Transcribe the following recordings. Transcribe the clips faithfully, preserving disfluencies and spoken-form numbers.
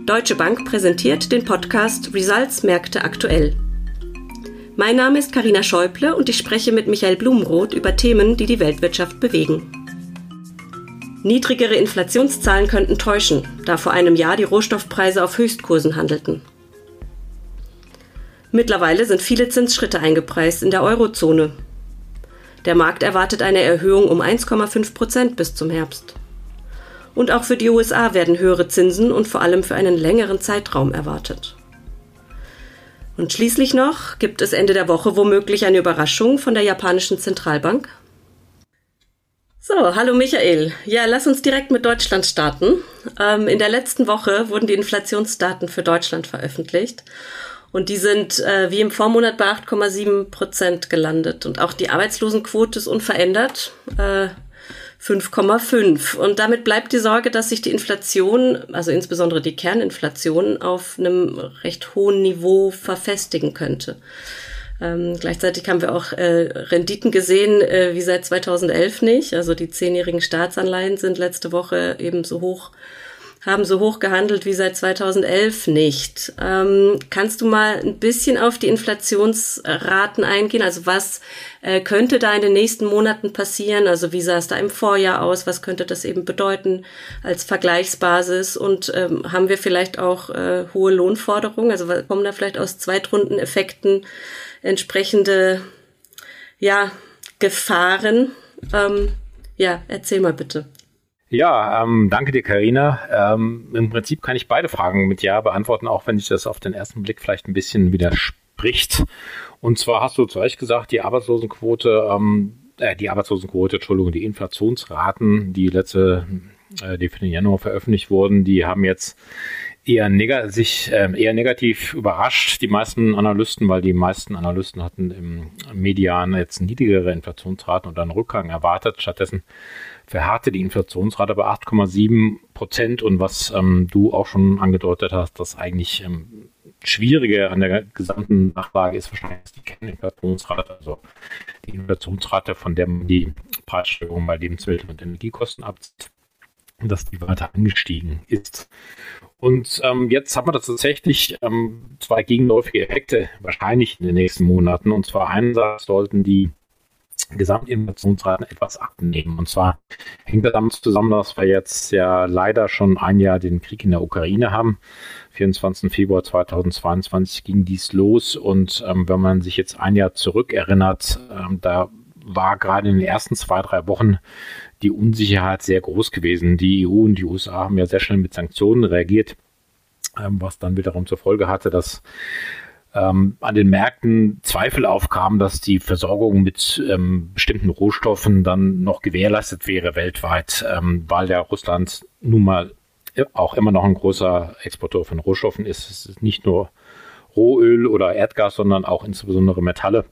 Deutsche Bank präsentiert den Podcast Results Märkte aktuell. Mein Name ist Carina Schäuble und ich spreche mit Michael Blumenroth über Themen, die die Weltwirtschaft bewegen. Niedrigere Inflationszahlen könnten täuschen, da vor einem Jahr die Rohstoffpreise auf Höchstkursen handelten. Mittlerweile sind viele Zinsschritte eingepreist in der Eurozone. Der Markt erwartet eine Erhöhung um eins Komma fünf Prozent bis zum Herbst. Und auch für die U S A werden höhere Zinsen und vor allem für einen längeren Zeitraum erwartet. Und schließlich noch gibt es Ende der Woche womöglich eine Überraschung von der japanischen Zentralbank. So, hallo Michael. Ja, lass uns direkt mit Deutschland starten. Ähm, in der letzten Woche wurden die Inflationsdaten für Deutschland veröffentlicht. Und die sind äh, wie im Vormonat bei acht Komma sieben Prozent gelandet. Und auch die Arbeitslosenquote ist unverändert. Äh, fünf Komma fünf. Und damit bleibt die Sorge, dass sich die Inflation, also insbesondere die Kerninflation, auf einem recht hohen Niveau verfestigen könnte. Ähm, gleichzeitig haben wir auch äh, Renditen gesehen, äh, wie seit zweitausendelf nicht. Also die zehnjährigen Staatsanleihen sind letzte Woche eben so hoch, haben so hoch gehandelt wie seit zweitausendelf nicht. Ähm, kannst du mal ein bisschen auf die Inflationsraten eingehen? Also was äh, könnte da in den nächsten Monaten passieren? Also wie sah es da im Vorjahr aus? Was könnte das eben bedeuten als Vergleichsbasis? Und ähm, haben wir vielleicht auch äh, hohe Lohnforderungen? Also kommen da vielleicht aus Zweitrundeneffekten entsprechende ja, Gefahren? Ähm, ja, erzähl mal bitte. Ja, ähm, danke dir, Carina. Ähm, im Prinzip kann ich beide Fragen mit Ja beantworten, auch wenn sich das auf den ersten Blick vielleicht ein bisschen widerspricht. Und zwar hast du zu Recht gesagt, die Arbeitslosenquote, ähm, äh, die Arbeitslosenquote, Entschuldigung, die Inflationsraten, die letzte, äh, die für den Januar veröffentlicht wurden, die haben jetzt eher neg- sich äh, eher negativ überrascht, die meisten Analysten, weil die meisten Analysten hatten im Median jetzt niedrigere Inflationsraten und einen Rückgang erwartet. Stattdessen verharrte die Inflationsrate bei acht Komma sieben Prozent und was ähm, du auch schon angedeutet hast, das eigentlich ähm, Schwierige an der gesamten Nachfrage ist wahrscheinlich die Kerninflationsrate, also die Inflationsrate, von der man die Preissteigerung bei Lebensmitteln und Energiekosten abzieht, dass die weiter angestiegen ist. Und ähm, jetzt haben wir das tatsächlich ähm, zwei gegenläufige Effekte wahrscheinlich in den nächsten Monaten. Und zwar einerseits sollten die Gesamtinflationsraten etwas abnehmen. Und zwar hängt das damit zusammen, dass wir jetzt ja leider schon ein Jahr den Krieg in der Ukraine haben. vierundzwanzigsten Februar zweitausendzweiundzwanzig ging dies los. Und ähm, wenn man sich jetzt ein Jahr zurückerinnert, ähm, da war gerade in den ersten zwei, drei Wochen die Unsicherheit sehr groß gewesen. Die E U und die U S A haben ja sehr schnell mit Sanktionen reagiert, ähm, was dann wiederum zur Folge hatte, dass ähm, an den Märkten Zweifel aufkamen, dass die Versorgung mit ähm, bestimmten Rohstoffen dann noch gewährleistet wäre weltweit, ähm, weil ja Russland nun mal auch immer noch ein großer Exporteur von Rohstoffen ist. Es ist nicht nur Rohöl oder Erdgas, sondern auch insbesondere Metalle.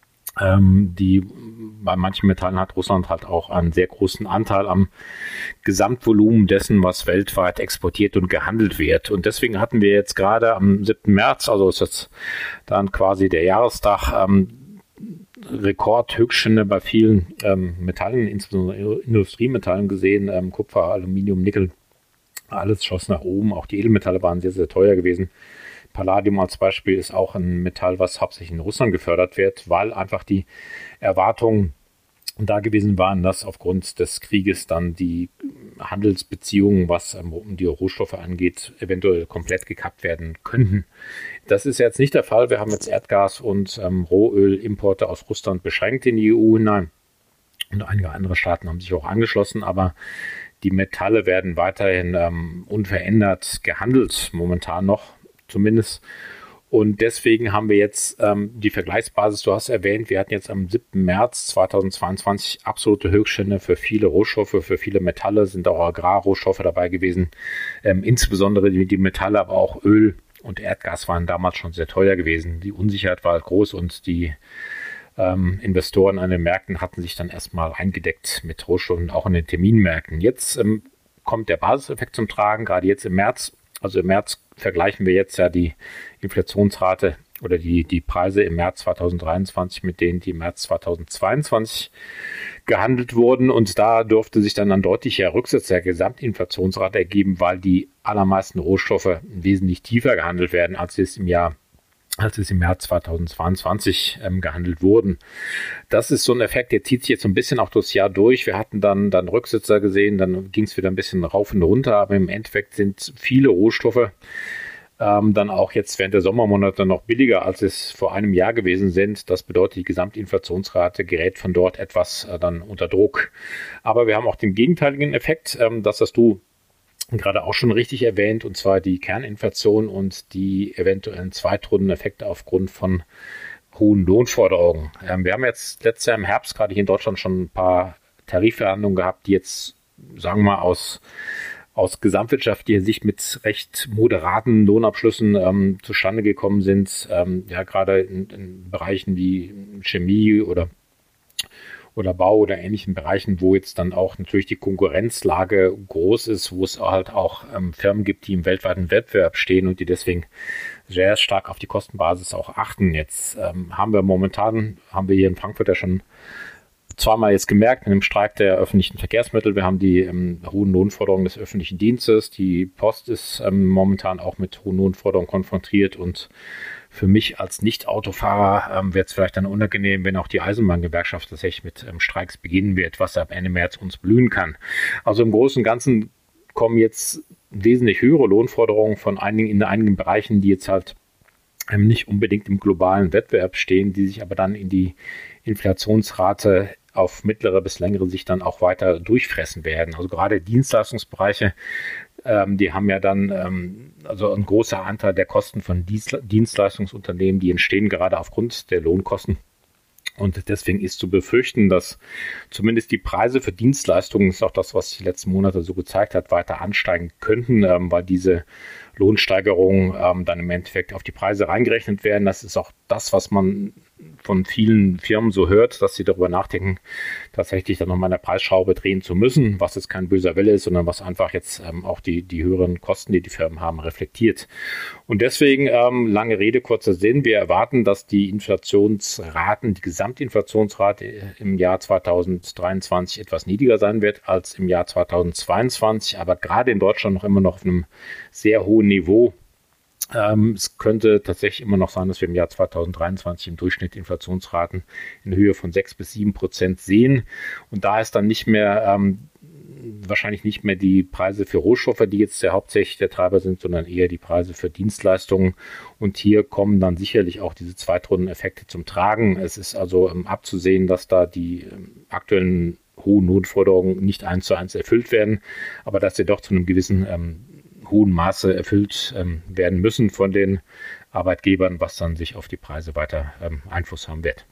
Ähm, die bei manchen Metallen hat Russland halt auch einen sehr großen Anteil am Gesamtvolumen dessen, was weltweit exportiert und gehandelt wird. Und deswegen hatten wir jetzt gerade am siebten März, also ist jetzt dann quasi der Jahrestag, ähm, Rekordhöchststände bei vielen ähm, Metallen, insbesondere Industriemetallen gesehen, ähm, Kupfer, Aluminium, Nickel, alles schoss nach oben. Auch die Edelmetalle waren sehr, sehr teuer gewesen. Palladium als Beispiel ist auch ein Metall, was hauptsächlich in Russland gefördert wird, weil einfach die Erwartungen da gewesen waren, dass aufgrund des Krieges dann die Handelsbeziehungen, was um die Rohstoffe angeht, eventuell komplett gekappt werden könnten. Das ist jetzt nicht der Fall. Wir haben jetzt Erdgas und ähm, Rohölimporte aus Russland beschränkt in die E U hinein. Und einige andere Staaten haben sich auch angeschlossen, aber die Metalle werden weiterhin ähm, unverändert gehandelt, momentan noch zumindest. Und deswegen haben wir jetzt ähm, die Vergleichsbasis, du hast erwähnt, wir hatten jetzt am siebten März zweitausendzweiundzwanzig absolute Höchststände für viele Rohstoffe, für viele Metalle, sind auch Agrarrohstoffe dabei gewesen, ähm, insbesondere die, die Metalle, aber auch Öl und Erdgas waren damals schon sehr teuer gewesen. Die Unsicherheit war groß und die ähm, Investoren an den Märkten hatten sich dann erstmal eingedeckt mit Rohstoffen, auch in den Terminmärkten. Jetzt ähm, kommt der Basiseffekt zum Tragen, gerade jetzt im März. Also im März vergleichen wir jetzt ja die Inflationsrate oder die, die Preise im März zweitausenddreiundzwanzig mit denen, die im März zweitausendzweiundzwanzig gehandelt wurden. Und da dürfte sich dann ein deutlicher Rücksetzer der Gesamtinflationsrate ergeben, weil die allermeisten Rohstoffe wesentlich tiefer gehandelt werden, als sie es im Jahr als es im März zweitausendzweiundzwanzig ähm, gehandelt wurden. Das ist so ein Effekt, der zieht sich jetzt so ein bisschen auch durchs Jahr durch. Wir hatten dann, dann Rücksitzer gesehen, dann ging es wieder ein bisschen rauf und runter, aber im Endeffekt sind viele Rohstoffe ähm, dann auch jetzt während der Sommermonate noch billiger, als es vor einem Jahr gewesen sind. Das bedeutet, die Gesamtinflationsrate gerät von dort etwas äh, dann unter Druck. Aber wir haben auch den gegenteiligen Effekt, ähm, das hast du gerade auch schon richtig erwähnt, und zwar die Kerninflation und die eventuellen Zweitrundeneffekte aufgrund von hohen Lohnforderungen. Ähm, wir haben jetzt letztes Jahr im Herbst gerade hier in Deutschland schon ein paar Tarifverhandlungen gehabt, die jetzt, sagen wir mal, aus, aus gesamtwirtschaftlicher Sicht mit recht moderaten Lohnabschlüssen ähm, zustande gekommen sind. Ähm, ja, gerade in, in Bereichen wie Chemie oder oder Bau oder ähnlichen Bereichen, wo jetzt dann auch natürlich die Konkurrenzlage groß ist, wo es halt auch ähm, Firmen gibt, die im weltweiten Wettbewerb stehen und die deswegen sehr stark auf die Kostenbasis auch achten. Jetzt ähm, haben wir momentan, haben wir hier in Frankfurt ja schon zweimal jetzt gemerkt, in dem Streik der öffentlichen Verkehrsmittel, wir haben die ähm, hohen Lohnforderungen des öffentlichen Dienstes, die Post ist ähm, momentan auch mit hohen Lohnforderungen konfrontiert, und für mich als Nicht-Autofahrer ähm, wird es vielleicht dann unangenehm, wenn auch die Eisenbahngewerkschaft tatsächlich mit ähm, Streiks beginnen wird, was ab Ende März uns blühen kann. Also im Großen und Ganzen kommen jetzt wesentlich höhere Lohnforderungen von einigen in einigen Bereichen, die jetzt halt ähm, nicht unbedingt im globalen Wettbewerb stehen, die sich aber dann in die Inflationsrate auf mittlere bis längere Sicht dann auch weiter durchfressen werden. Also gerade Dienstleistungsbereiche, ähm, die haben ja dann ähm, also ein großer Anteil der Kosten von Dienstl- Dienstleistungsunternehmen, die entstehen gerade aufgrund der Lohnkosten. Und deswegen ist zu befürchten, dass zumindest die Preise für Dienstleistungen, das ist auch das, was sich die letzten Monate so gezeigt hat, weiter ansteigen könnten, ähm, weil diese Lohnsteigerungen ähm, dann im Endeffekt auf die Preise reingerechnet werden. Das ist auch das, was man von vielen Firmen so hört, dass sie darüber nachdenken, tatsächlich dann nochmal eine Preisschraube drehen zu müssen, was jetzt kein böser Wille ist, sondern was einfach jetzt ähm, auch die, die höheren Kosten, die die Firmen haben, reflektiert. Und deswegen, ähm, lange Rede, kurzer Sinn, wir erwarten, dass die Inflationsraten, die Gesamtinflationsrate im Jahr zweitausenddreiundzwanzig etwas niedriger sein wird als im Jahr zweitausendzweiundzwanzig, aber gerade in Deutschland noch immer noch auf einem sehr hohen Niveau. Ähm, es könnte tatsächlich immer noch sein, dass wir im Jahr zweitausenddreiundzwanzig im Durchschnitt Inflationsraten in Höhe von sechs bis sieben Prozent sehen. Und da ist dann nicht mehr, ähm, wahrscheinlich nicht mehr die Preise für Rohstoffe, die jetzt der hauptsächlich der Treiber sind, sondern eher die Preise für Dienstleistungen. Und hier kommen dann sicherlich auch diese Zweitrundeneffekte zum Tragen. Es ist also ähm, abzusehen, dass da die ähm, aktuellen hohen Lohnforderungen nicht eins zu eins erfüllt werden, aber dass sie doch zu einem gewissen ähm, hohen Maße erfüllt ähm, werden müssen von den Arbeitgebern, was dann sich auf die Preise weiter ähm, Einfluss haben wird.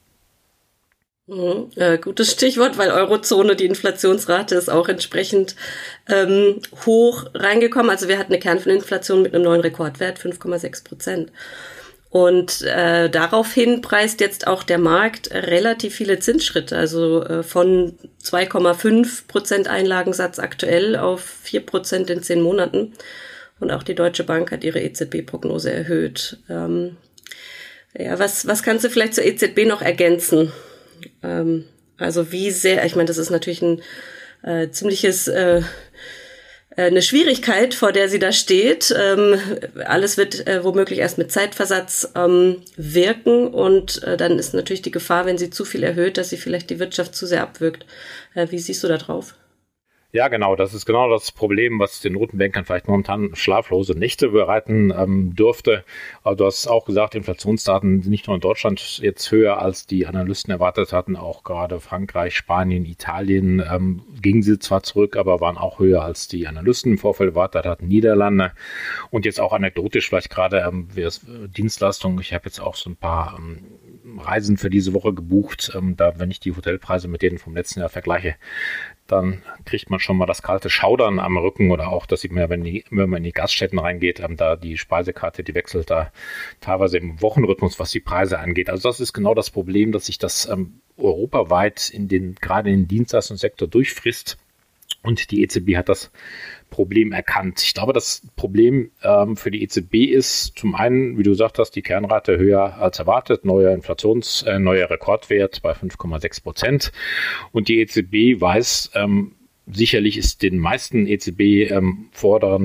Mhm, äh, gutes Stichwort, weil Eurozone, die Inflationsrate ist auch entsprechend ähm, hoch reingekommen. Also wir hatten eine Kerninflation mit einem neuen Rekordwert, fünf Komma sechs Prozent. Und äh, daraufhin preist jetzt auch der Markt relativ viele Zinsschritte, also äh, von zwei Komma fünf Prozent Einlagensatz aktuell auf vier Prozent in zehn Monaten. Und auch die Deutsche Bank hat ihre E Z B-Prognose erhöht. Ähm, ja, was, was kannst du vielleicht zur E Z B noch ergänzen? Ähm, also wie sehr, ich meine, das ist natürlich ein äh, ziemliches... Äh, eine Schwierigkeit, vor der sie da steht. Ähm, alles wird äh, womöglich erst mit Zeitversatz ähm, wirken, und äh, dann ist natürlich die Gefahr, wenn sie zu viel erhöht, dass sie vielleicht die Wirtschaft zu sehr abwirkt. Äh, wie siehst du da drauf? Ja, genau. Das ist genau das Problem, was den Notenbankern vielleicht momentan schlaflose Nächte bereiten ähm, dürfte. Aber du hast auch gesagt, Inflationsdaten sind nicht nur in Deutschland jetzt höher, als die Analysten erwartet hatten. Auch gerade Frankreich, Spanien, Italien ähm, gingen sie zwar zurück, aber waren auch höher, als die Analysten im Vorfeld erwartet hatten. Niederlande. Und jetzt auch anekdotisch vielleicht gerade ähm, Dienstleistungen. Ich habe jetzt auch so ein paar ähm, Reisen für diese Woche gebucht. Ähm, da, wenn ich die Hotelpreise mit denen vom letzten Jahr vergleiche, dann kriegt man schon mal das kalte Schaudern am Rücken, oder auch, dass sieht man ja, wenn, die, wenn man in die Gaststätten reingeht, ähm, da die Speisekarte, die wechselt da teilweise im Wochenrhythmus, was die Preise angeht. Also das ist genau das Problem, dass sich das ähm, europaweit in den, gerade in den Dienstleistungssektor durchfrisst. Und die E Z B hat das Problem erkannt. Ich glaube, das Problem ähm, für die E Z B ist zum einen, wie du gesagt hast, die Kernrate höher als erwartet, neuer Inflations-, äh, neuer Rekordwert bei fünf Komma sechs Prozent. Und die E Z B weiß, ähm, sicherlich ist den meisten E Z B-Fordern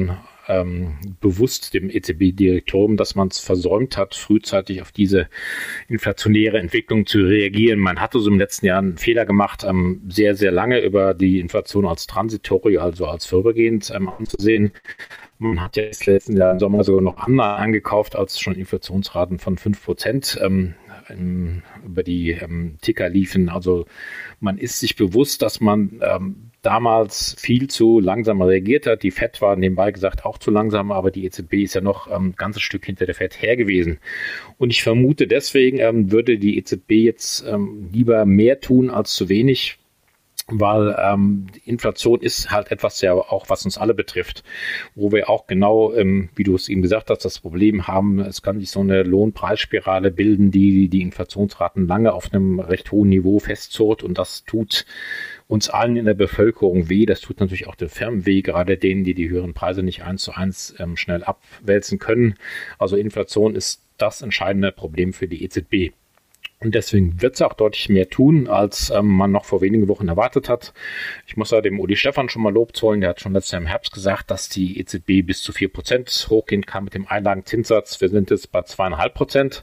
ähm, bewusst dem E Z B-Direktorium, dass man es versäumt hat, frühzeitig auf diese inflationäre Entwicklung zu reagieren. Man hatte so im letzten Jahr einen Fehler gemacht, ähm, sehr, sehr lange über die Inflation als transitory, also als vorübergehend ähm, anzusehen. Man hat jetzt letzten Jahr im Sommer sogar noch Anleihen angekauft, als schon Inflationsraten von fünf Prozent ähm, ähm, über die ähm, Ticker liefen. Also man ist sich bewusst, dass man ähm, damals viel zu langsam reagiert hat. Die Fed war nebenbei gesagt auch zu langsam, aber die E Z B ist ja noch ähm, ein ganzes Stück hinter der Fed her gewesen. Und ich vermute deswegen ähm, würde die E Z B jetzt ähm, lieber mehr tun als zu wenig, weil ähm, die Inflation ist halt etwas ja auch, was uns alle betrifft, wo wir auch genau, ähm, wie du es eben gesagt hast, das Problem haben, es kann sich so eine Lohnpreisspirale bilden, die die Inflationsraten lange auf einem recht hohen Niveau festzurrt, und das tut uns allen in der Bevölkerung weh. Das tut natürlich auch den Firmen weh, gerade denen, die die höheren Preise nicht eins zu eins ähm, schnell abwälzen können. Also Inflation ist das entscheidende Problem für die E Z B. Und deswegen wird es auch deutlich mehr tun, als ähm, man noch vor wenigen Wochen erwartet hat. Ich muss da dem Uli Stephan schon mal Lob zollen. Der hat schon letztes Jahr im Herbst gesagt, dass die E Z B bis zu vier Prozent hochgehen kann mit dem Einlagenzinssatz. Wir sind jetzt bei zwei Komma fünf Prozent.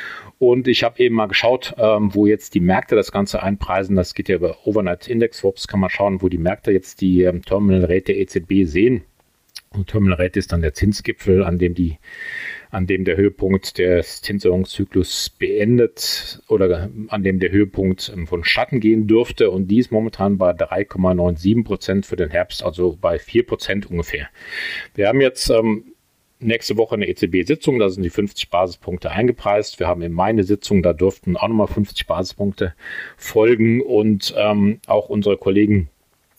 Und ich habe eben mal geschaut, ähm, wo jetzt die Märkte das Ganze einpreisen. Das geht ja über Overnight Index Swaps. Kann man schauen, wo die Märkte jetzt die ähm, Terminal Rate der E Z B sehen. Und Terminal Rate ist dann der Zinsgipfel, an dem die an dem der Höhepunkt des Zinserhöhungszyklus beendet oder an dem der Höhepunkt vonstatten gehen dürfte. Und die ist momentan bei drei Komma siebenundneunzig Prozent für den Herbst, also bei vier Prozent ungefähr. Wir haben jetzt ähm, nächste Woche eine E Z B-Sitzung, da sind die fünfzig Basispunkte eingepreist. Wir haben im Mai eine Sitzung, da dürften auch nochmal fünfzig Basispunkte folgen. Und ähm, auch unsere Kollegen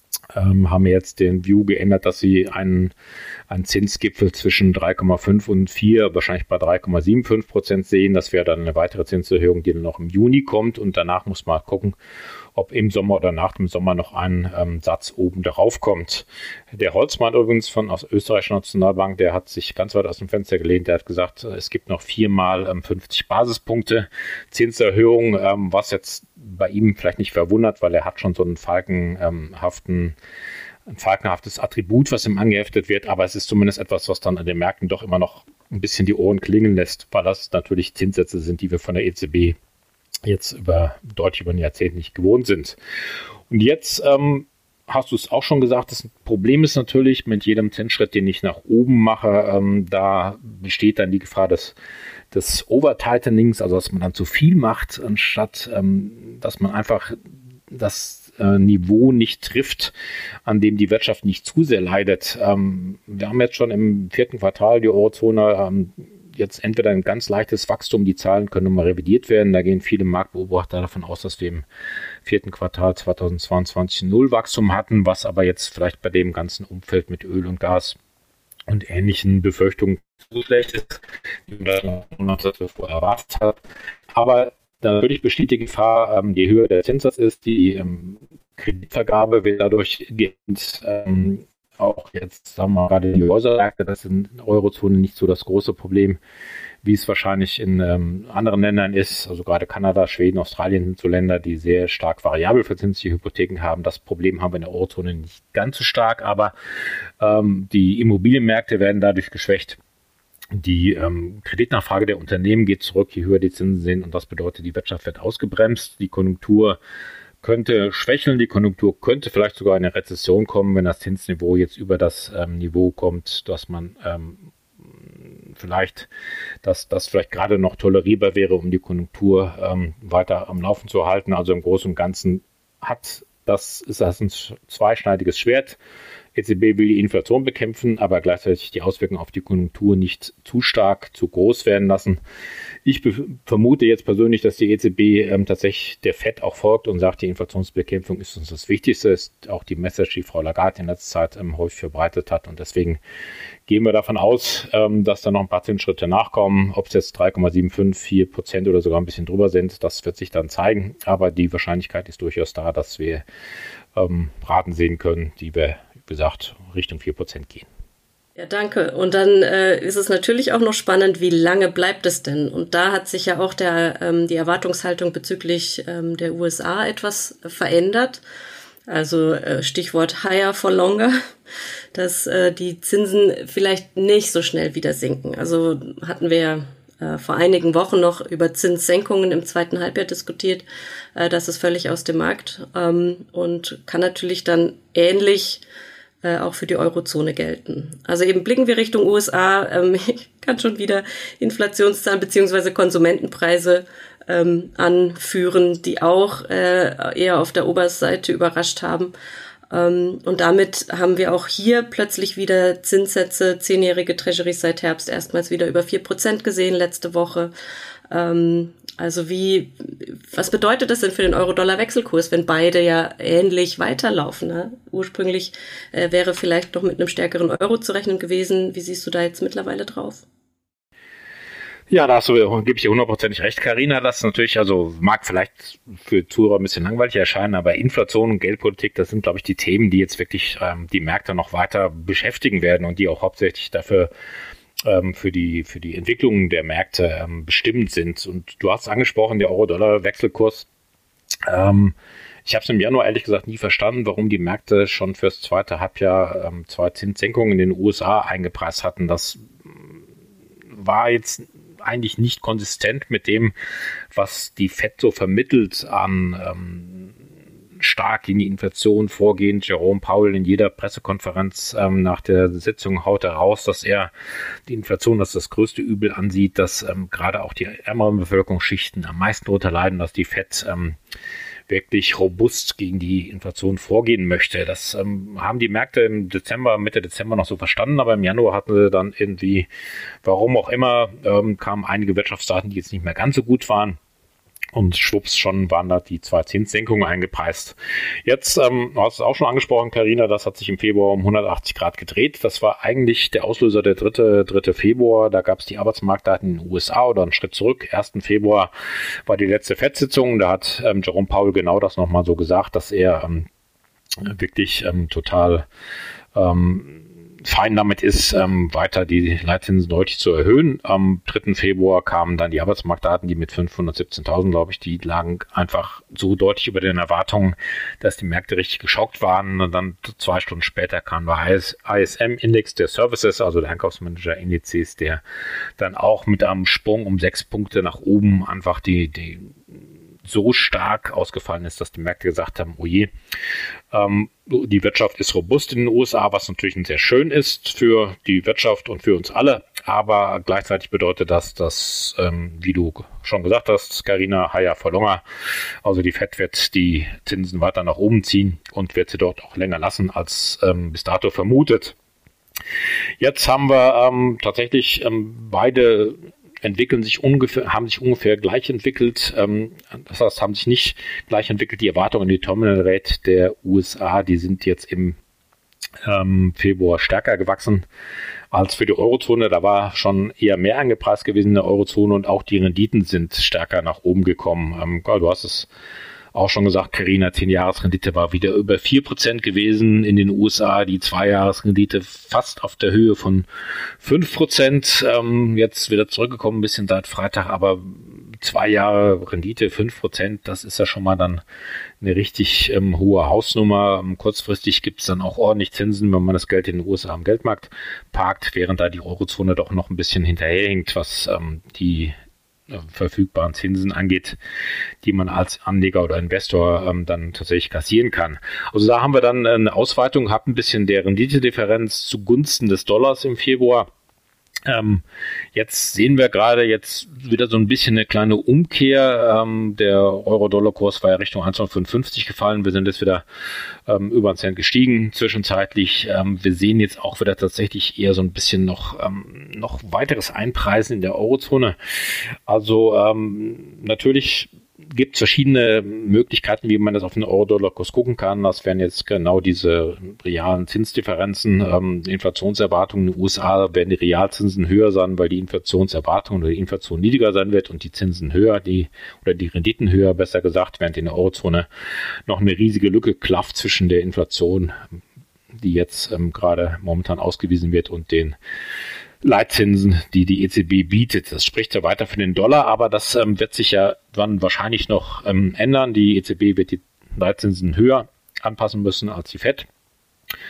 ähm, haben jetzt den View geändert, dass sie einen, einen Zinsgipfel zwischen drei Komma fünf und vier, wahrscheinlich bei drei Komma fünfundsiebzig Prozent sehen. Das wäre dann eine weitere Zinserhöhung, die dann noch im Juni kommt. Und danach muss man gucken, ob im Sommer oder nach dem Sommer noch ein ähm, Satz oben darauf kommt. Der Holzmann übrigens von aus Österreichischer Nationalbank, der hat sich ganz weit aus dem Fenster gelehnt. Der hat gesagt, es gibt noch viermal ähm, fünfzig Basispunkte Zinserhöhung, ähm, was jetzt bei ihm vielleicht nicht verwundert, weil er hat schon so einen falkenhaften ein falkenhaftes Attribut, was ihm angeheftet wird, aber es ist zumindest etwas, was dann an den Märkten doch immer noch ein bisschen die Ohren klingeln lässt, weil das natürlich Zinssätze sind, die wir von der E Z B jetzt über deutlich über ein Jahrzehnt nicht gewohnt sind. Und jetzt ähm, hast du es auch schon gesagt, das Problem ist natürlich, mit jedem Zinsschritt, den ich nach oben mache, ähm, da besteht dann die Gefahr des, des Over-Tightenings, also dass man dann zu viel macht, anstatt ähm, dass man einfach das äh, Niveau nicht trifft, an dem die Wirtschaft nicht zu sehr leidet. Ähm, wir haben jetzt schon im vierten Quartal die Eurozone ähm, jetzt entweder ein ganz leichtes Wachstum, die Zahlen können nochmal revidiert werden. Da gehen viele Marktbeobachter davon aus, dass wir im vierten Quartal zweitausendzweiundzwanzig Nullwachstum hatten, was aber jetzt vielleicht bei dem ganzen Umfeld mit Öl und Gas und ähnlichen Befürchtungen so schlecht ist, wie man das davor erwartet hat. Aber natürlich besteht die Gefahr, ähm, je höher der Zinssatz ist, die ähm, Kreditvergabe wird dadurch gehend ähm, auch jetzt, sagen wir mal, gerade die Börsenmärkte, das ist in der Eurozone nicht so das große Problem, wie es wahrscheinlich in ähm, anderen Ländern ist. Also gerade Kanada, Schweden, Australien sind so Länder, die sehr stark variabel verzinsliche Hypotheken haben. Das Problem haben wir in der Eurozone nicht ganz so stark, aber ähm, die Immobilienmärkte werden dadurch geschwächt. Die ähm, Kreditnachfrage der Unternehmen geht zurück, je höher die Zinsen sind, und das bedeutet, die Wirtschaft wird ausgebremst, die Konjunktur könnte schwächeln, die Konjunktur könnte vielleicht sogar in eine Rezession kommen, wenn das Zinsniveau jetzt über das ähm, Niveau kommt, dass man ähm, vielleicht, dass das vielleicht gerade noch tolerierbar wäre, um die Konjunktur ähm, weiter am Laufen zu halten. Also im Großen und Ganzen hat das, ist das ein zweischneidiges Schwert. E Z B will die Inflation bekämpfen, aber gleichzeitig die Auswirkungen auf die Konjunktur nicht zu stark, zu groß werden lassen. Ich vermute jetzt persönlich, dass die E Z B ähm, tatsächlich der Fed auch folgt und sagt, die Inflationsbekämpfung ist uns das Wichtigste. Ist auch die Message, die Frau Lagarde in letzter Zeit ähm, häufig verbreitet hat. Und deswegen gehen wir davon aus, ähm, dass da noch ein paar Zinsschritte nachkommen. Ob es jetzt drei Komma fünfundsiebzig, vier Prozent oder sogar ein bisschen drüber sind, das wird sich dann zeigen. Aber die Wahrscheinlichkeit ist durchaus da, dass wir ähm, Raten sehen können, die wir, wie gesagt, Richtung vier Prozent gehen. Ja, danke. Und dann äh, ist es natürlich auch noch spannend, wie lange bleibt es denn? Und da hat sich ja auch der, ähm, die Erwartungshaltung bezüglich ähm, der U S A etwas verändert. Also äh, Stichwort higher for longer. dass äh, die Zinsen vielleicht nicht so schnell wieder sinken. Also hatten wir äh, vor einigen Wochen noch über Zinssenkungen im zweiten Halbjahr diskutiert. Äh, das ist völlig aus dem Markt ähm, und kann natürlich dann ähnlich äh, auch für die Eurozone gelten. Also eben blicken wir Richtung U S A. Ähm, ich kann schon wieder Inflationszahlen beziehungsweise Konsumentenpreise ähm, anführen, die auch äh, eher auf der Oberseite überrascht haben. Ähm, und damit haben wir auch hier plötzlich wieder Zinssätze, zehnjährige Treasuries seit Herbst erstmals wieder über vier Prozent gesehen letzte Woche. Ähm, also wie, was bedeutet das denn für den Euro-Dollar-Wechselkurs, wenn beide ja ähnlich weiterlaufen? Ne? Ursprünglich äh, wäre vielleicht noch mit einem stärkeren Euro zu rechnen gewesen. Wie siehst du da jetzt mittlerweile drauf? Ja, da hast du, gebe ich dir hundertprozentig recht, Carina. Das ist natürlich, also mag vielleicht für Zuhörer ein bisschen langweilig erscheinen, aber Inflation und Geldpolitik, das sind, glaube ich, die Themen, die jetzt wirklich ähm, die Märkte noch weiter beschäftigen werden und die auch hauptsächlich dafür ähm, für die für die Entwicklung der Märkte ähm, bestimmend sind. Und du hast angesprochen, der Euro-Dollar-Wechselkurs. Ähm, ich habe es im Januar ehrlich gesagt nie verstanden, warum die Märkte schon fürs zweite Halbjahr ähm, zwei Zinssenkungen in den U S A eingepreist hatten. Das war jetzt eigentlich nicht konsistent mit dem, was die Fed so vermittelt an ähm, stark gegen die Inflation vorgehen. Jerome Powell in jeder Pressekonferenz ähm, nach der Sitzung haut heraus, dass er die Inflation als das größte Übel ansieht, dass ähm, gerade auch die ärmeren Bevölkerungsschichten am meisten darunter leiden, dass die Fed ähm, wirklich robust gegen die Inflation vorgehen möchte. Das ähm, haben die Märkte im Dezember, Mitte Dezember noch so verstanden, aber im Januar hatten sie dann irgendwie, warum auch immer, ähm, kamen einige Wirtschaftsdaten, die jetzt nicht mehr ganz so gut waren. Und schwupps, schon waren da die zwei Zinssenkungen eingepreist. Jetzt, ähm, du hast es auch schon angesprochen, Carina, das hat sich im Februar um hundertachtzig Grad gedreht. Das war eigentlich der Auslöser der dritte, dritte Februar. Da gab es die Arbeitsmarktdaten in den U S A oder einen Schritt zurück. ersten Februar war die letzte Fed-Sitzung. Da hat ähm, Jerome Powell genau das nochmal so gesagt, dass er ähm, wirklich ähm, total ähm, fein damit ist, ähm, weiter die Leitzinsen deutlich zu erhöhen. Am dritten Februar kamen dann die Arbeitsmarktdaten, die mit fünfhundertsiebzehntausend, glaube ich, die lagen einfach so deutlich über den Erwartungen, dass die Märkte richtig geschockt waren. Und dann zwei Stunden später kam der I S M-Index der Services, also der Einkaufsmanager-Indizes, der dann auch mit einem Sprung um sechs Punkte nach oben einfach die, die so stark ausgefallen ist, dass die Märkte gesagt haben, oh je, ähm, die Wirtschaft ist robust in den U S A, was natürlich sehr schön ist für die Wirtschaft und für uns alle, aber gleichzeitig bedeutet das, dass, ähm, wie du schon gesagt hast, Carina, higher for longer, also die Fed wird die Zinsen weiter nach oben ziehen und wird sie dort auch länger lassen, als ähm, bis dato vermutet. Jetzt haben wir ähm, tatsächlich ähm, beide entwickeln sich ungefähr, haben sich ungefähr gleich entwickelt. Ähm, das heißt, haben sich nicht gleich entwickelt. Die Erwartungen an die Terminal Rate der U S A, die sind jetzt im ähm, Februar stärker gewachsen als für die Eurozone. Da war schon eher mehr angepreist gewesen in der Eurozone und auch die Renditen sind stärker nach oben gekommen. Ähm, du hast es auch schon gesagt, Carina, zehn-Jahres-Rendite war wieder über vier Prozent gewesen in den U S A, die zwei-Jahres-Rendite fast auf der Höhe von fünf Prozent, ähm, jetzt wieder zurückgekommen, ein bisschen seit Freitag, aber zwei Jahre Rendite, fünf Prozent, das ist ja schon mal dann eine richtig ähm, hohe Hausnummer. Kurzfristig gibt es dann auch ordentlich Zinsen, wenn man das Geld in den U S A am Geldmarkt parkt, während da die Eurozone doch noch ein bisschen hinterherhinkt, was ähm, die verfügbaren Zinsen angeht, die man als Anleger oder Investor ähm, dann tatsächlich kassieren kann. Also da haben wir dann eine Ausweitung gehabt, ein bisschen der Renditedifferenz zugunsten des Dollars im Februar. Ähm, jetzt sehen wir gerade jetzt wieder so ein bisschen eine kleine Umkehr. Ähm, der Euro-Dollar-Kurs war ja Richtung eins Komma fünfundfünfzig gefallen. Wir sind jetzt wieder ähm, über einen Cent gestiegen zwischenzeitlich. Ähm, wir sehen jetzt auch wieder tatsächlich eher so ein bisschen noch, ähm, noch weiteres Einpreisen in der Eurozone. Also ähm, natürlich gibt es verschiedene Möglichkeiten, wie man das auf den Euro-Dollar-Kurs gucken kann. Das wären jetzt genau diese realen Zinsdifferenzen, ähm, Inflationserwartungen in den U S A werden die Realzinsen höher sein, weil die Inflationserwartung oder die Inflation niedriger sein wird und die Zinsen höher, die oder die Renditen höher, besser gesagt, während in der Eurozone noch eine riesige Lücke klafft zwischen der Inflation, die jetzt ähm, gerade momentan ausgewiesen wird, und den Leitzinsen, die die E Z B bietet. Das spricht ja weiter für den Dollar, aber das ähm, wird sich ja dann wahrscheinlich noch ähm, ändern. Die E Z B wird die Leitzinsen höher anpassen müssen als die Fed.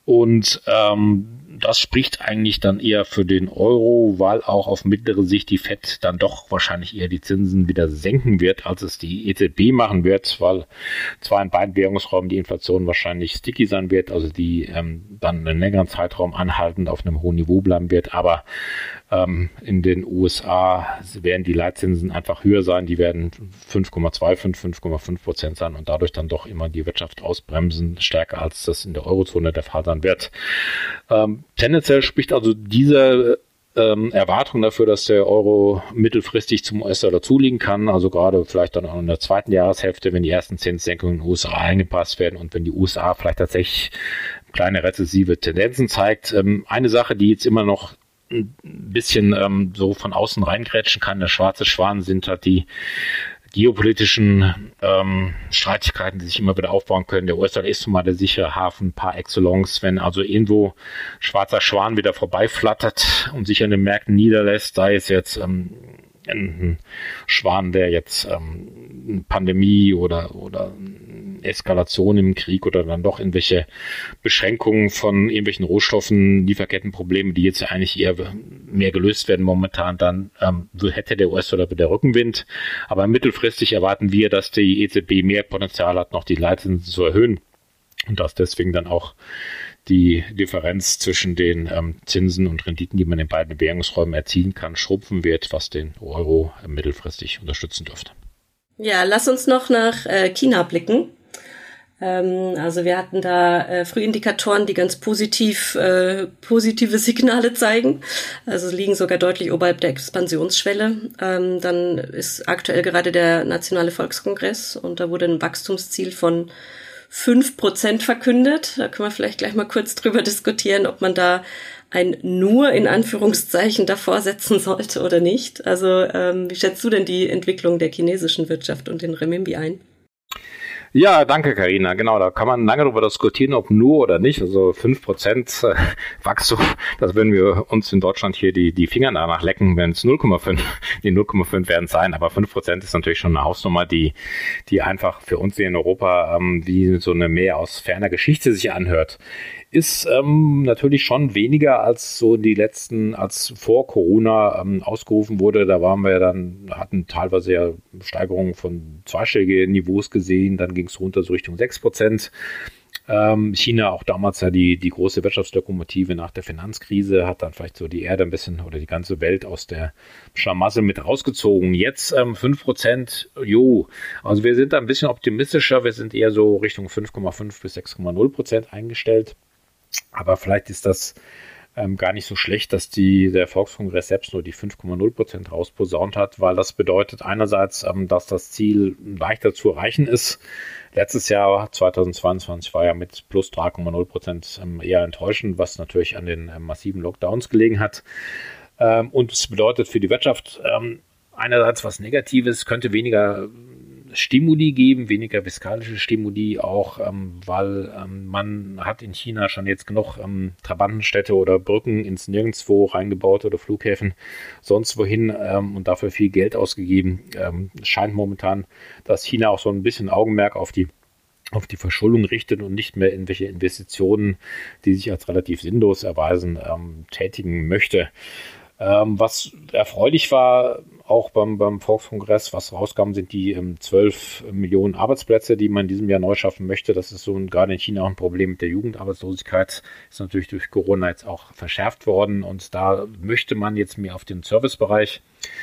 Und ähm, das spricht eigentlich dann eher für den Euro, weil auch auf mittlere Sicht die Fed dann doch wahrscheinlich eher die Zinsen wieder senken wird, als es die E Z B machen wird, weil zwar in beiden Währungsräumen die Inflation wahrscheinlich sticky sein wird, also die ähm, dann einen längeren Zeitraum anhaltend auf einem hohen Niveau bleiben wird, aber ähm, in den U S A werden die Leitzinsen einfach höher sein, die werden fünf Komma fünfundzwanzig, fünf Komma fünf Prozent sein und dadurch dann doch immer die Wirtschaft ausbremsen, stärker als das in der Eurozone der Fall sein wird. Ähm, tendenziell spricht also diese ähm, Erwartung dafür, dass der Euro mittelfristig zum U S-Dollar zulegen kann, also gerade vielleicht dann auch in der zweiten Jahreshälfte, wenn die ersten Zinssenkungen in den U S A eingepasst werden und wenn die U S A vielleicht tatsächlich kleine rezessive Tendenzen zeigt. Ähm, eine Sache, die jetzt immer noch ein bisschen ähm, so von außen reingrätschen kann, der schwarze Schwan, sind halt die geopolitischen ähm, Streitigkeiten, die sich immer wieder aufbauen können. Der U S-Dollar ist nun mal der sichere Hafen par excellence. Wenn also irgendwo schwarzer Schwan wieder vorbeiflattert und sich an den Märkten niederlässt, sei es jetzt ähm, ein Schwan, der jetzt ähm, Pandemie oder oder Eskalation im Krieg oder dann doch irgendwelche Beschränkungen von irgendwelchen Rohstoffen, Lieferkettenprobleme, die jetzt eigentlich eher mehr gelöst werden momentan, dann ähm, hätte der U S-Dollar wieder Rückenwind. Aber mittelfristig erwarten wir, dass die E Z B mehr Potenzial hat, noch die Leitzinsen zu erhöhen und dass deswegen dann auch die Differenz zwischen den ähm, Zinsen und Renditen, die man in beiden Währungsräumen erzielen kann, schrumpfen wird, was den Euro äh, mittelfristig unterstützen dürfte. Ja, lass uns noch nach äh, China blicken. Ähm, also wir hatten da äh, Frühindikatoren, die ganz positiv äh, positive Signale zeigen. Also liegen sogar deutlich oberhalb der Expansionsschwelle. Ähm, dann ist aktuell gerade der Nationale Volkskongress und da wurde ein Wachstumsziel von fünf Prozent verkündet. Da können wir vielleicht gleich mal kurz drüber diskutieren, ob man da ein nur in Anführungszeichen davor setzen sollte oder nicht. Also ähm, wie schätzt du denn die Entwicklung der chinesischen Wirtschaft und den Renminbi ein? Ja, danke Carina. Genau, da kann man lange darüber diskutieren, ob nur oder nicht. Also fünf Prozent äh, Wachstum, das würden wir uns in Deutschland hier die, die Finger danach lecken, wenn es null Komma fünf, die null Komma fünf werden es sein. Aber fünf Prozent ist natürlich schon eine Hausnummer, die, die einfach für uns hier in Europa ähm, wie so eine mehr aus ferner Geschichte sich anhört. Ist ähm, natürlich schon weniger als so die letzten, als vor Corona ähm, ausgerufen wurde. Da waren wir ja dann, hatten teilweise ja Steigerungen von zweistelligen Niveaus gesehen, dann ging es runter so Richtung sechs Prozent. Ähm, China, auch damals ja die, die große Wirtschaftslokomotive nach der Finanzkrise, hat dann vielleicht so die Erde ein bisschen oder die ganze Welt aus der Schlamassel mit rausgezogen. Jetzt ähm, fünf Prozent, jo, also wir sind da ein bisschen optimistischer, wir sind eher so Richtung fünf Komma fünf bis sechs Komma null Prozent eingestellt. Aber vielleicht ist das ähm, gar nicht so schlecht, dass die, der Volkskongress selbst nur die fünf Komma null Prozent rausposaunt hat, weil das bedeutet einerseits, ähm, dass das Ziel leichter zu erreichen ist. Letztes Jahr, zweitausendzweiundzwanzig, war ja mit plus drei Komma null Prozent ähm, eher enttäuschend, was natürlich an den ähm, massiven Lockdowns gelegen hat. Ähm, und es bedeutet für die Wirtschaft ähm, einerseits was Negatives, könnte weniger Stimuli geben, weniger fiskalische Stimuli auch, ähm, weil ähm, man hat in China schon jetzt genug ähm, Trabantenstädte oder Brücken ins Nirgendwo reingebaut oder Flughäfen sonst wohin ähm, und dafür viel Geld ausgegeben. Ähm, es scheint momentan, dass China auch so ein bisschen Augenmerk auf die auf die Verschuldung richtet und nicht mehr irgendwelche Investitionen, die sich als relativ sinnlos erweisen, ähm, tätigen möchte. Ähm, was erfreulich war, auch beim, beim Volkskongress, was rauskam, sind die ähm, zwölf Millionen Arbeitsplätze, die man in diesem Jahr neu schaffen möchte. Das ist so ein, gerade in China auch ein Problem mit der Jugendarbeitslosigkeit. Ist natürlich durch Corona jetzt auch verschärft worden und da möchte man jetzt mehr auf den Servicebereich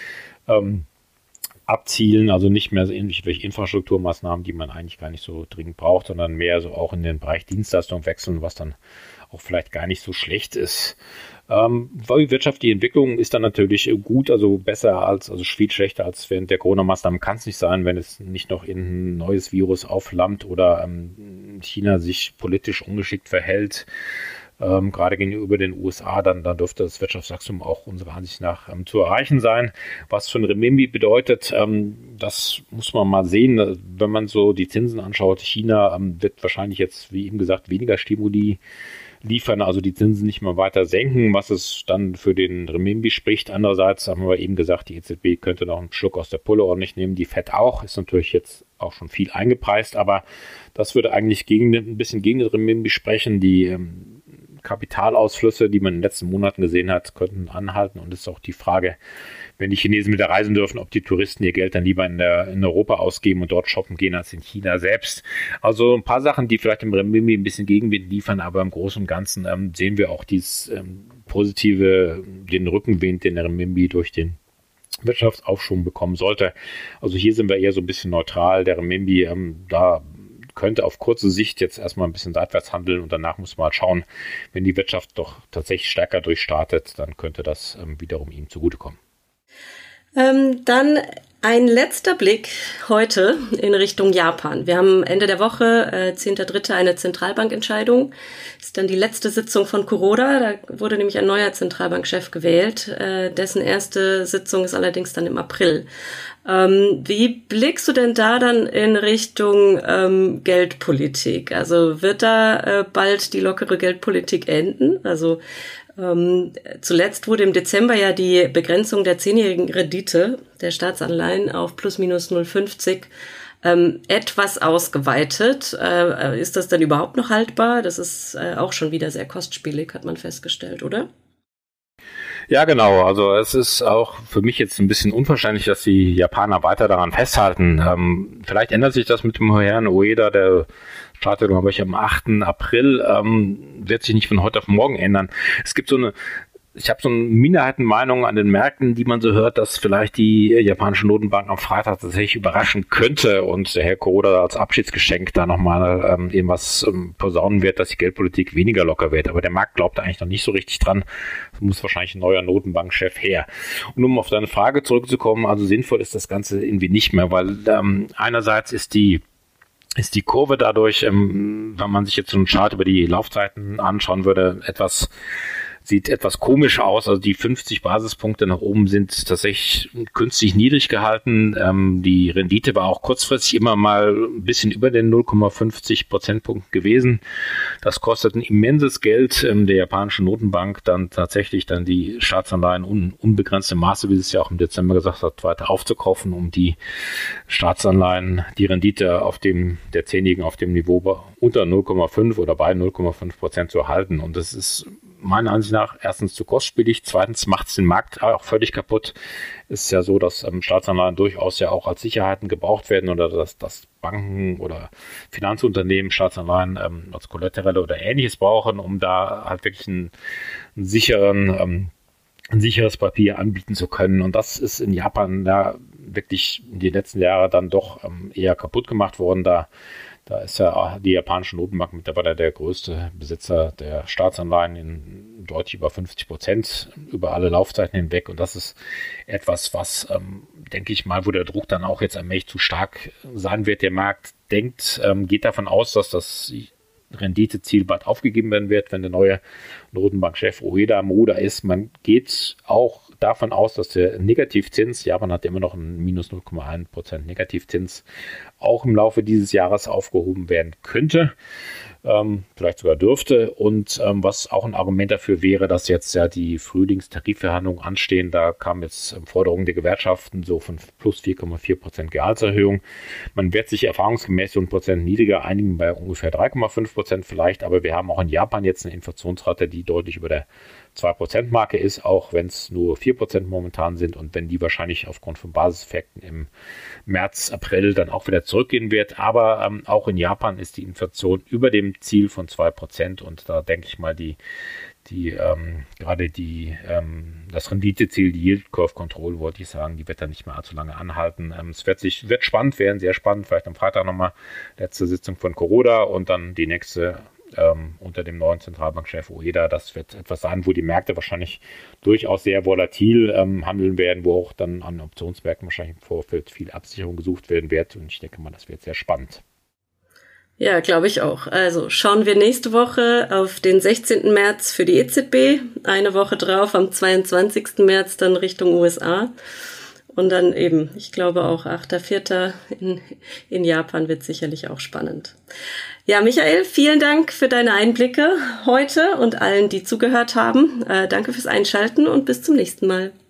ähm, abzielen, also nicht mehr so ähnlich wie Infrastrukturmaßnahmen, die man eigentlich gar nicht so dringend braucht, sondern mehr so auch in den Bereich Dienstleistung wechseln, was dann auch vielleicht gar nicht so schlecht ist. Ähm, weil die wirtschaftliche Entwicklung ist dann natürlich gut, also besser als, also viel schlechter als während der Corona-Maßnahmen kann es nicht sein, wenn es nicht noch ein neues Virus auflammt oder ähm, China sich politisch ungeschickt verhält, ähm, gerade gegenüber den U S A, dann, dann dürfte das Wirtschaftswachstum auch unserer Ansicht nach ähm, zu erreichen sein. Was für ein Renminbi bedeutet, ähm, das muss man mal sehen. Wenn man so die Zinsen anschaut, China ähm, wird wahrscheinlich jetzt, wie eben gesagt, weniger Stimuli liefern, also die Zinsen nicht mehr weiter senken, was es dann für den Renminbi spricht. Andererseits haben wir eben gesagt, die E Z B könnte noch einen Schluck aus der Pulle ordentlich nehmen, die Fed auch, ist natürlich jetzt auch schon viel eingepreist, aber das würde eigentlich gegen, ein bisschen gegen den Renminbi sprechen. Die ähm, Kapitalausflüsse, die man in den letzten Monaten gesehen hat, könnten anhalten. Und es ist auch die Frage, wenn die Chinesen wieder reisen dürfen, ob die Touristen ihr Geld dann lieber in, der, in Europa ausgeben und dort shoppen gehen, als in China selbst. Also ein paar Sachen, die vielleicht im Renminbi ein bisschen Gegenwind liefern, aber im Großen und Ganzen ähm, sehen wir auch dieses ähm, positive, den Rückenwind, den der Renminbi durch den Wirtschaftsaufschwung bekommen sollte. Also hier sind wir eher so ein bisschen neutral. Der Renminbi, ähm, da könnte auf kurze Sicht jetzt erstmal ein bisschen seitwärts handeln und danach muss man mal schauen, wenn die Wirtschaft doch tatsächlich stärker durchstartet, dann könnte das ähm, wiederum ihm zugutekommen. Ähm, dann ein letzter Blick heute in Richtung Japan. Wir haben Ende der Woche, äh, zehnter dritter eine Zentralbankentscheidung. Das ist dann die letzte Sitzung von Kuroda. Da wurde nämlich ein neuer Zentralbankchef gewählt. Äh, dessen erste Sitzung ist allerdings dann im April. Ähm, wie blickst du denn da dann in Richtung ähm, Geldpolitik? Also wird da äh, bald die lockere Geldpolitik enden? Also ähm, zuletzt wurde im Dezember ja die Begrenzung der zehnjährigen Rendite der Staatsanleihen auf plus minus null Komma fünfzig ähm, etwas ausgeweitet. Äh, ist das denn überhaupt noch haltbar? Das ist äh, auch schon wieder sehr kostspielig, hat man festgestellt, oder? Ja, genau. Also es ist auch für mich jetzt ein bisschen unwahrscheinlich, dass die Japaner weiter daran festhalten. Ähm, vielleicht ändert sich das mit dem Herrn Ueda, der startet, glaube ich, am achten April, ähm, wird sich nicht von heute auf morgen ändern. Es gibt so eine, ich habe so eine Minderheitenmeinung an den Märkten, die man so hört, dass vielleicht die japanische Notenbank am Freitag tatsächlich überraschen könnte und der Herr Kuroda als Abschiedsgeschenk da nochmal ähm, irgendwas ähm, posaunen wird, dass die Geldpolitik weniger locker wird. Aber der Markt glaubt eigentlich noch nicht so richtig dran. Es muss wahrscheinlich ein neuer Notenbankchef her. Und um auf deine Frage zurückzukommen, also sinnvoll ist das Ganze irgendwie nicht mehr, weil ähm, einerseits ist die ist die Kurve dadurch, ähm, wenn man sich jetzt so einen Chart über die Laufzeiten anschauen würde, etwas sieht etwas komisch aus. Also die fünfzig Basispunkte nach oben sind tatsächlich künstlich niedrig gehalten. Ähm, die Rendite war auch kurzfristig immer mal ein bisschen über den null Komma fünfzig Prozentpunkten gewesen. Das kostet ein immenses Geld ähm, der japanischen Notenbank, dann tatsächlich dann die Staatsanleihen un, unbegrenzte Maße, wie sie es ja auch im Dezember gesagt hat, weiter aufzukaufen, um die Staatsanleihen, die Rendite auf dem der zehnjährigen auf dem Niveau unter null Komma fünf oder bei null Komma fünf Prozent zu erhalten. Und das ist meiner Ansicht nach erstens zu kostspielig, zweitens macht es den Markt auch völlig kaputt. Es ist ja so, dass ähm, Staatsanleihen durchaus ja auch als Sicherheiten gebraucht werden oder dass, dass Banken oder Finanzunternehmen Staatsanleihen ähm, als Kollaterale oder Ähnliches brauchen, um da halt wirklich einen, einen sicheren, ähm, ein sicheres Papier anbieten zu können. Und das ist in Japan ja wirklich in den letzten Jahren dann doch ähm, eher kaputt gemacht worden. Da Da ist ja die japanische Notenbank mittlerweile der größte Besitzer der Staatsanleihen in deutlich über fünfzig Prozent über alle Laufzeiten hinweg. Und das ist etwas, was, ähm, denke ich mal, wo der Druck dann auch jetzt allmählich zu stark sein wird. Der Markt denkt, ähm, geht davon aus, dass das Renditeziel bald aufgegeben werden wird, wenn der neue Notenbankchef Ueda am Ruder ist. Man geht auch davon aus, dass der Negativzins, Japan hat immer noch einen minus null Komma eins Prozent Negativzins, auch im Laufe dieses Jahres aufgehoben werden könnte, ähm, vielleicht sogar dürfte. Und ähm, was auch ein Argument dafür wäre, dass jetzt ja die Frühlingstarifverhandlungen anstehen. Da kamen jetzt ähm, Forderungen der Gewerkschaften so von plus vier Komma vier Prozent Gehaltserhöhung. Man wird sich erfahrungsgemäß so ein Prozent niedriger einigen, bei ungefähr drei Komma fünf Prozent vielleicht. Aber wir haben auch in Japan jetzt eine Inflationsrate, die deutlich über der zwei Prozent Marke ist, auch wenn es nur vier Prozent momentan sind und wenn die wahrscheinlich aufgrund von Basiseffekten im März, April dann auch wieder zurückgehen wird. Aber ähm, auch in Japan ist die Inflation über dem Ziel von zwei Prozent und da denke ich mal, die, die ähm, gerade die ähm, das Renditeziel, die Yield Curve Control, wollte ich sagen, die wird dann nicht mehr allzu lange anhalten. Ähm, es wird sich wird spannend werden, sehr spannend. Vielleicht am Freitag nochmal letzte Sitzung von Kuroda und dann die nächste Ähm, unter dem neuen Zentralbankchef Ueda. Das wird etwas sein, wo die Märkte wahrscheinlich durchaus sehr volatil ähm, handeln werden, wo auch dann an Optionsmärkten wahrscheinlich im Vorfeld viel Absicherung gesucht werden wird. Und ich denke mal, das wird sehr spannend. Ja, glaube ich auch. Also schauen wir nächste Woche auf den sechzehnten März für die E Z B. Eine Woche drauf, am zweiundzwanzigsten März dann Richtung U S A. Und dann eben, ich glaube auch achter vierter in, in Japan wird sicherlich auch spannend. Ja, Michael, vielen Dank für deine Einblicke heute und allen, die zugehört haben. Äh, danke fürs Einschalten und bis zum nächsten Mal.